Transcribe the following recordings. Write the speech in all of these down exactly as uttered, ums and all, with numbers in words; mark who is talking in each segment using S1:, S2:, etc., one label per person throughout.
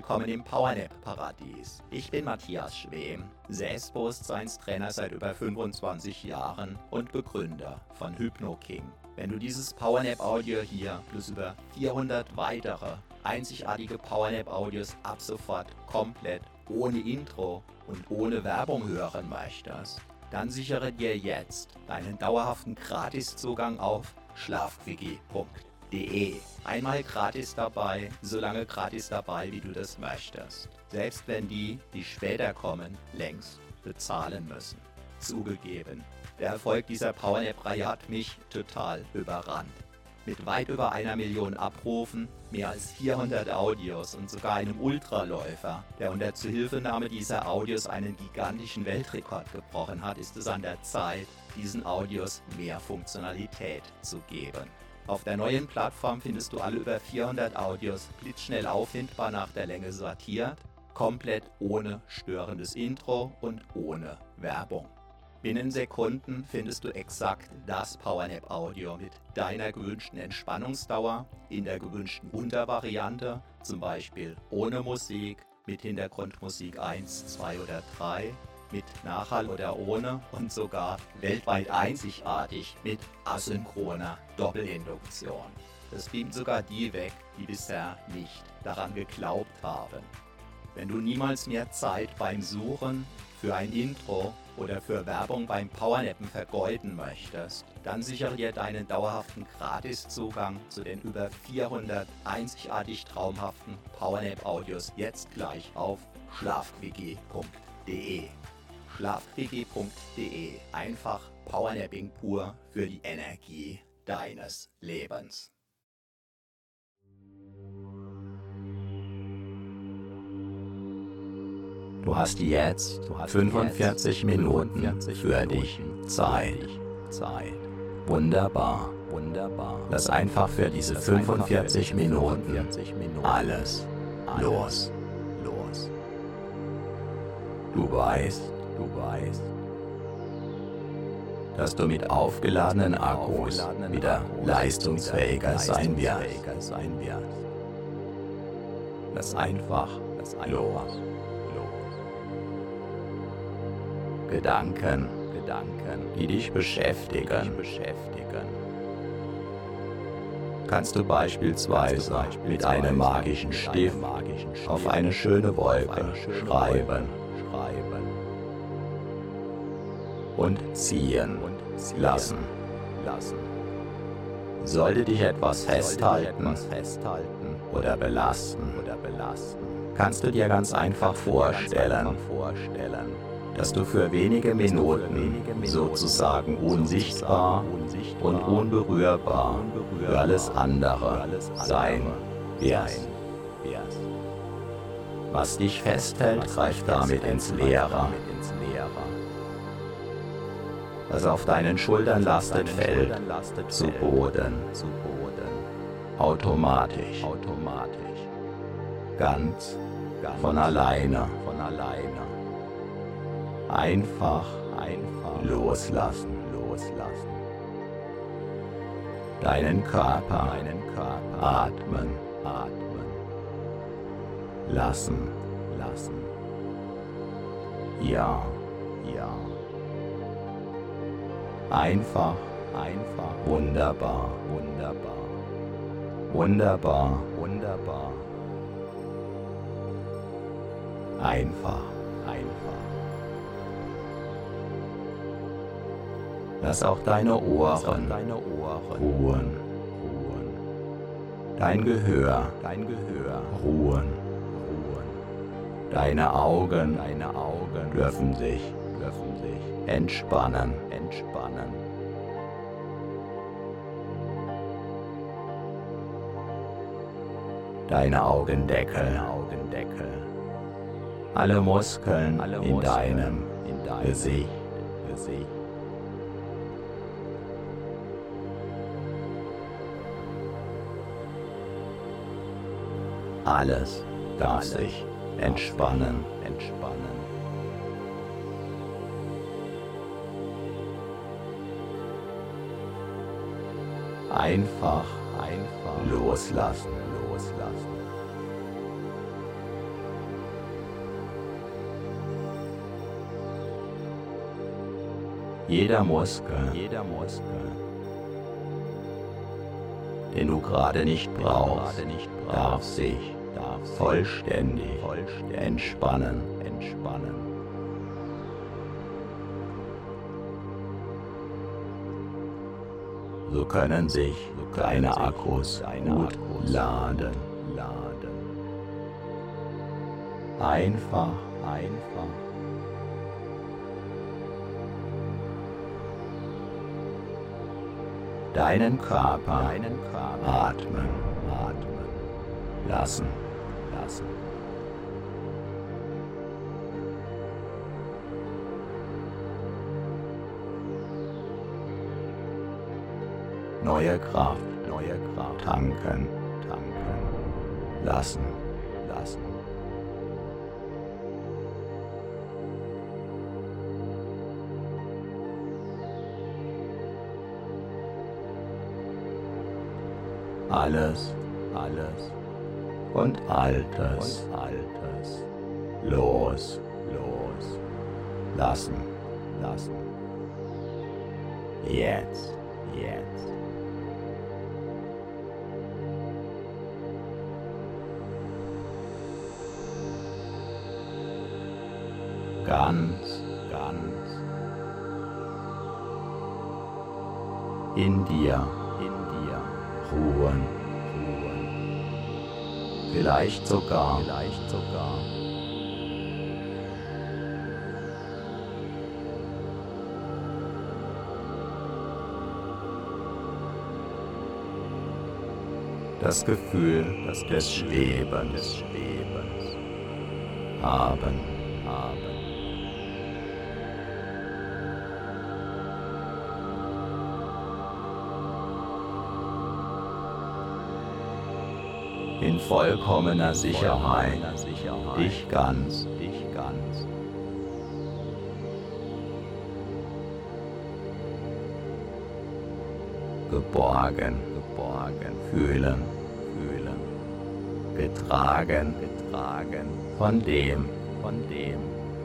S1: willkommen im PowerNap-Paradies. Ich bin Matthias Schwem, Selbstbewusstseinstrainer seit über fünfundzwanzig Jahren und Begründer von HypnoKing. Wenn du dieses PowerNap-Audio hier plus über vierhundert weitere einzigartige PowerNap-Audios ab sofort komplett ohne Intro und ohne Werbung hören möchtest, dann sichere dir jetzt deinen dauerhaften Gratiszugang auf schlafquickie punkt de. Einmal gratis dabei, so lange gratis dabei, wie du das möchtest. Selbst wenn die, die später kommen, längst bezahlen müssen. Zugegeben, der Erfolg dieser PowerNap-Reihe hat mich total überrannt. Mit weit über einer Million Abrufen, mehr als vierhundert Audios und sogar einem Ultraläufer, der unter Zuhilfenahme dieser Audios einen gigantischen Weltrekord gebrochen hat, ist es an der Zeit, diesen Audios mehr Funktionalität zu geben. Auf der neuen Plattform findest du alle über vierhundert Audios blitzschnell auffindbar nach der Länge sortiert, komplett ohne störendes Intro und ohne Werbung. Binnen Sekunden findest du exakt das PowerNap-Audio mit deiner gewünschten Entspannungsdauer in der gewünschten Untervariante, zum Beispiel ohne Musik, mit Hintergrundmusik eins, zwei oder drei, mit Nachhall oder ohne und sogar weltweit einzigartig mit asynchroner Doppelinduktion. Das beamt sogar die weg, die bisher nicht daran geglaubt haben. Wenn du niemals mehr Zeit beim Suchen für ein Intro oder für Werbung beim Powernappen vergeuden möchtest, dann sichere dir deinen dauerhaften Gratiszugang zu den über vierhundert einzigartig traumhaften PowerNap-Audios jetzt gleich auf schlafquickie punkt de. schlafquickie punkt de. Einfach Powernapping pur für die Energie deines Lebens. Du hast jetzt fünfundvierzig Minuten für dich Zeit. Wunderbar. Lass einfach für diese fünfundvierzig Minuten alles los. Du weißt, du weißt, dass du mit aufgeladenen Akkus wieder leistungsfähiger sein wirst. Lass einfach los. Gedanken, Gedanken, die dich beschäftigen, beschäftigen. Kannst du beispielsweise mit einem magischen Stift auf eine schöne Wolke schreiben und ziehen lassen. Sollte dich etwas festhalten oder belasten, kannst du dir ganz einfach vorstellen, dass du für wenige Minuten sozusagen unsichtbar und unberührbar für alles andere sein wirst. Was dich festhält, greift damit ins Leere. Was auf deinen Schultern lastet, fällt zu Boden. Automatisch. Ganz von alleine. Einfach, einfach loslassen, loslassen. Deinen Körper, deinen Körper atmen, atmen. Lassen, lassen. Ja, ja. Einfach, einfach. Wunderbar, wunderbar. Wunderbar, wunderbar. Einfach, einfach. Lass auch deine Ohren ruhen. Dein Gehör ruhen. Deine Augen dürfen sich entspannen. Deine Augendeckel. Alle Muskeln in deinem Gesicht. Alles darf sich entspannen, entspannen. Einfach, einfach loslassen, loslassen. Jeder Muskel, jeder Muskel, den du gerade nicht brauchst, darf sich vollständig entspannen, entspannen. So können sich deine Akkus gut laden, laden. Einfach, einfach. Deinen Körper, deinen Körper atmen, atmen, lassen, lassen. Neue Kraft, neue Kraft tanken, tanken, lassen, lassen. Alles, alles und Altes, und Altes, los, los, lassen, lassen. Jetzt, jetzt. Ganz, ganz in dir, in dir ruhen, ruhen. Vielleicht sogar, vielleicht sogar das Gefühl das des Schwebens, des Schwebens haben, haben. In vollkommener Sicherheit, dich ganz, dich ganz. Geborgen, geborgen, fühlen, fühlen, getragen, getragen, von dem, von dem.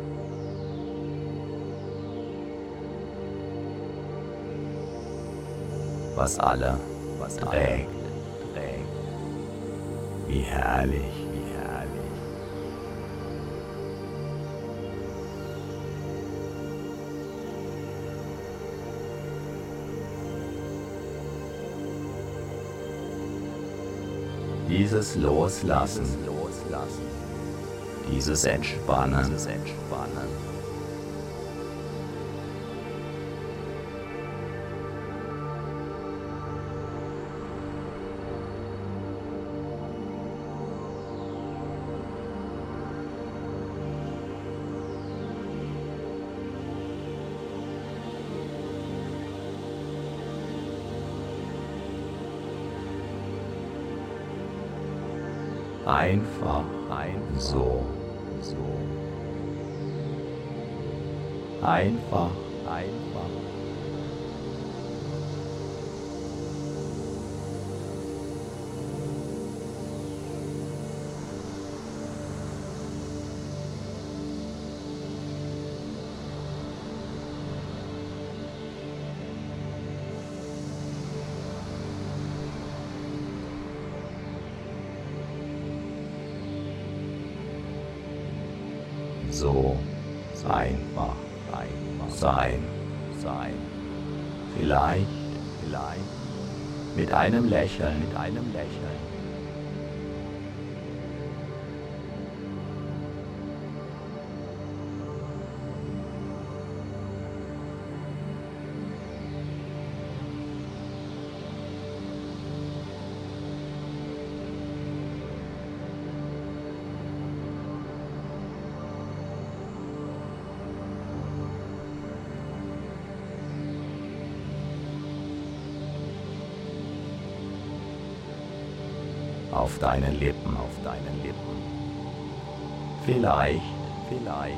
S1: Was alle, was trägt, trägt. Wie herrlich, wie herrlich. Dieses Loslassen, dieses Loslassen, dieses Entspannen, dieses Entspannen. Einfach, einfach, so, so. Einfach, einfach. So, einfach, einfach sein, sein. Vielleicht, vielleicht mit einem Lächeln, mit einem Lächeln. Auf deinen Lippen, auf deinen Lippen. Vielleicht, vielleicht.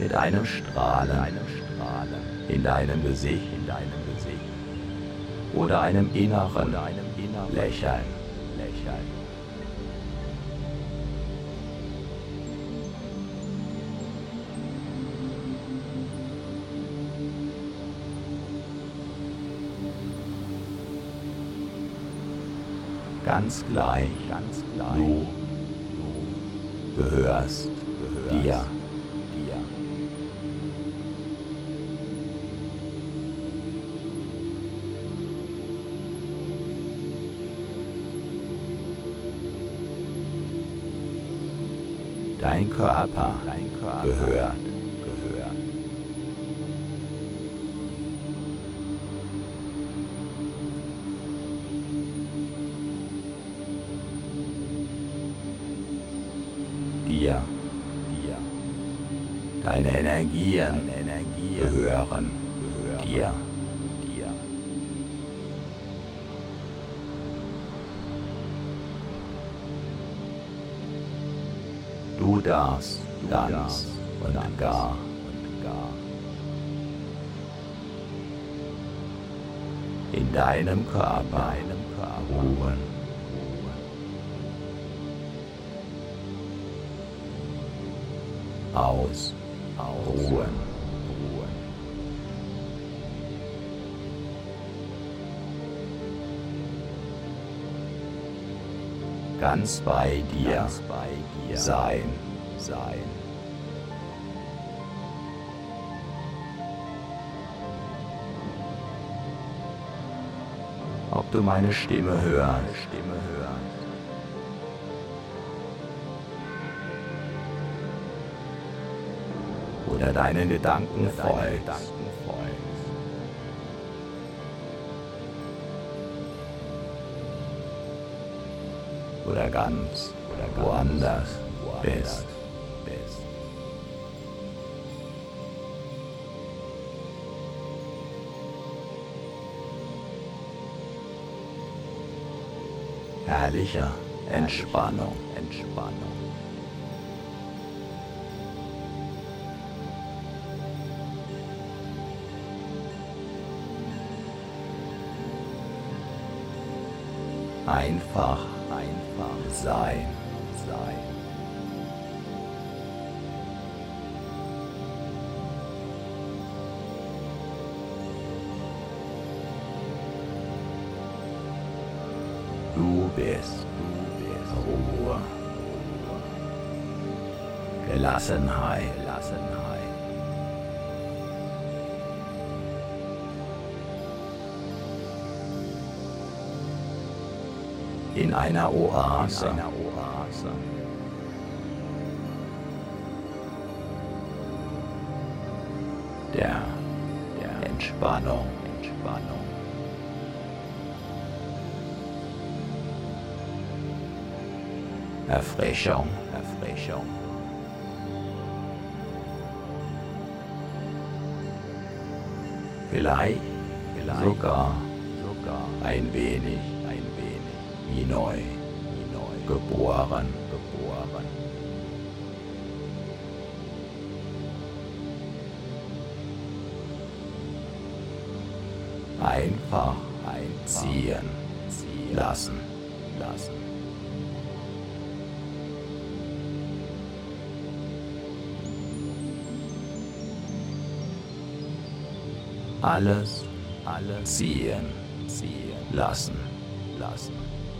S1: mit einem Strahlen, einem Strahlen in deinem Gesicht, in deinem Gesicht oder einem inneren, oder einem inneren Lächeln, Lächeln. Ganz gleich, ganz gleich, du, du gehörst, gehörst dir, dir. Dein Körper, dein Körper gehört, gehört. Dir, dir. Deine Energien, deine Energien gehören, gehören dir, dir. Du darfst, du ganz darfst und ganz gar, und gar in deinem Körper, deinem Körper ruhen. Aus, ausruhen, ruhen. Ganz bei dir, ganz bei dir sein, sein. Ob du meine Stimme hörst, Stimme hörst. Oder deinen Gedanken folgst. Oder ganz oder woanders bist. bist. Herrliche Entspannung, Entspannung. Einfach, einfach sein, sein. Du bist, du bist Ruhe, Gelassenheit, Gelassenheit. In einer Oase, in einer Oase. Der, der Entspannung, Entspannung. Erfrischung, Erfrischung. Vielleicht, vielleicht sogar, sogar ein wenig. Wie neu, wie neu, geboren, geboren. Einfach einziehen, ziehen lassen, lassen. Alles, alles ziehen, ziehen lassen, lassen.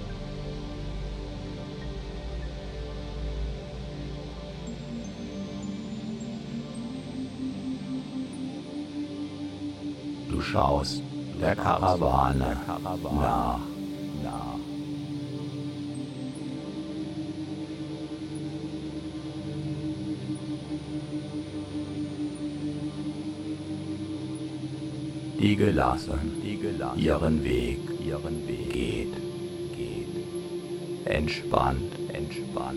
S1: Du schaust der Karawane nach, nach. Die gelassen, die gelassen ihren Weg, ihren Weg geht, geht. Entspannt, entspannt.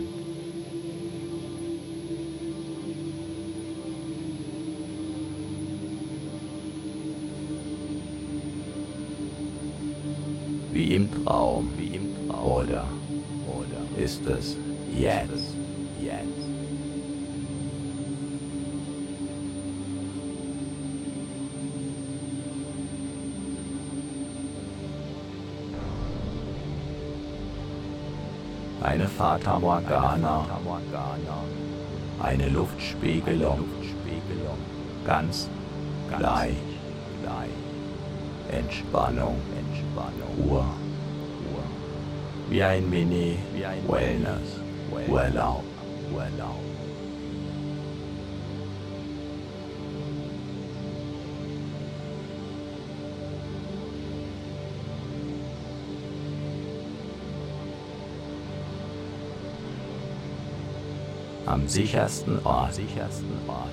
S1: Wie im Traum, wie im Traum. Oder, oder ist es jetzt, jetzt? eine Fata Morgana, eine Luftspiegelung, ganz gleich, Entspannung, Ruhe, wie ein Mini-Wellness, Urlaub, Urlaub. Am sichersten Ort, sichersten Ort.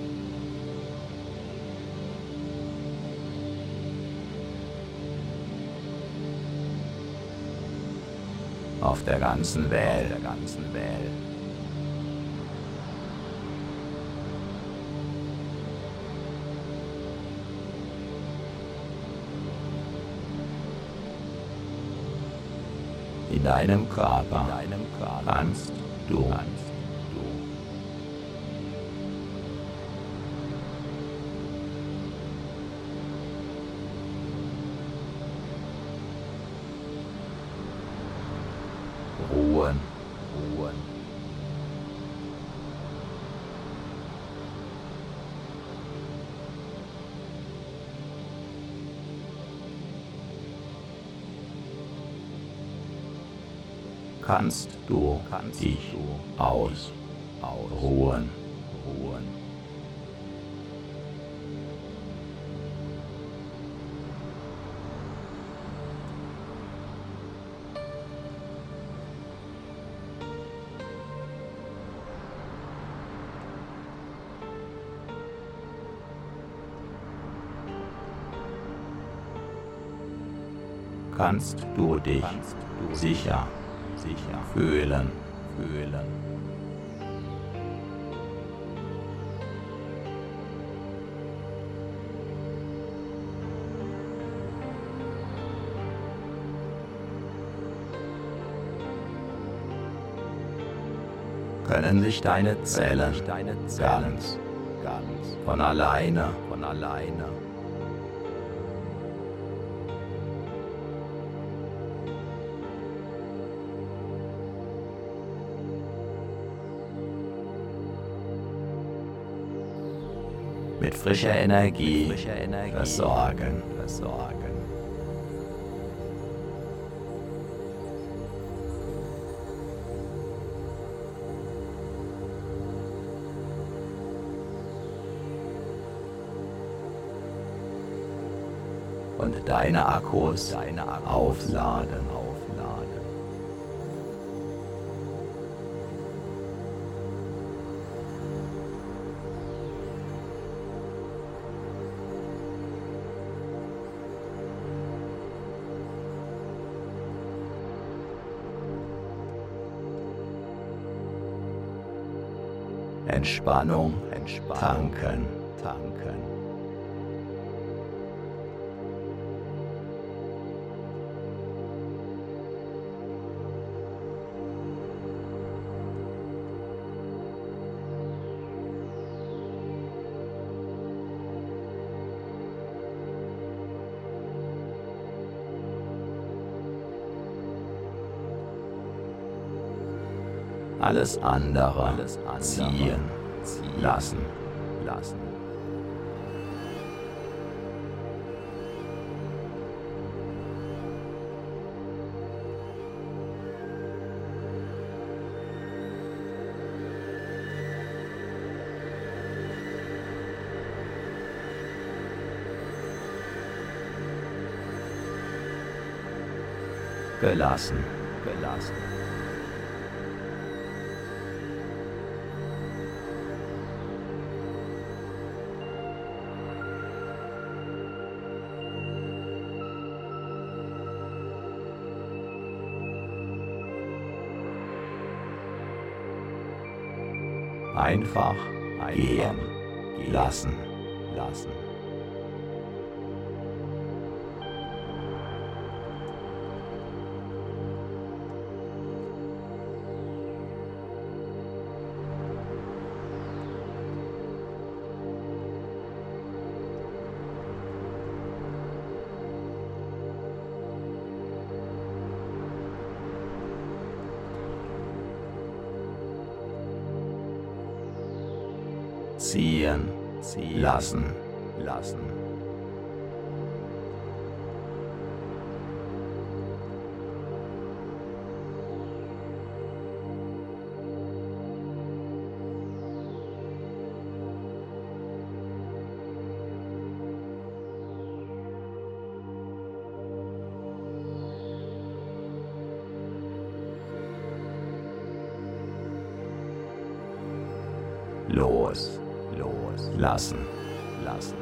S1: Auf der ganzen Welt, der ganzen Welt. In deinem Körper, in deinem Körper kannst du, kannst ruhen, ruhen. Kannst du kannst dich du aus, ausruhen, ruhen. Kannst du dich kannst du sicher, sicher fühlen, fühlen. Können sich deine Zellen, deine Zellen ganz, ganz von alleine, von alleine mit frischer Energie, frischer Energie versorgen, versorgen. Und deine Akkus, deine Akkus aufladen, aufladen. Entspannung, Entspannung, tanken, tanken. Alles andere, alles andere ziehen, ziehen lassen, lassen. Gelassen, gelassen. Einfach gehen, gehen lassen, lassen. ziehen, ziehen lassen, lassen. Los, los, lassen, lassen.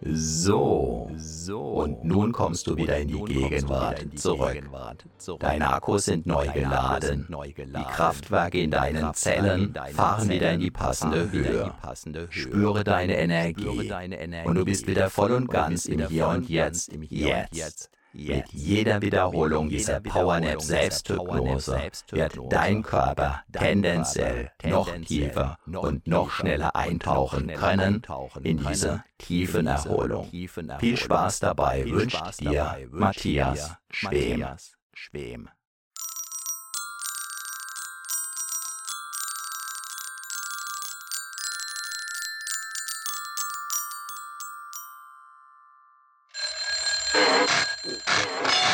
S1: So, und nun kommst du wieder in die Gegenwart zurück. Deine Akkus sind neu geladen. Die Kraftwerke in deinen Zellen fahren wieder in die passende Höhe. Spüre deine Energie und du bist wieder voll und ganz im Hier und Jetzt. Jetzt. Mit jeder Wiederholung dieser Powernap Selbsthypnose wird dein Körper tendenziell noch tiefer und noch schneller eintauchen können in diese tiefen Erholung. Viel Spaß dabei wünscht dir Matthias Schwem.
S2: Thank you.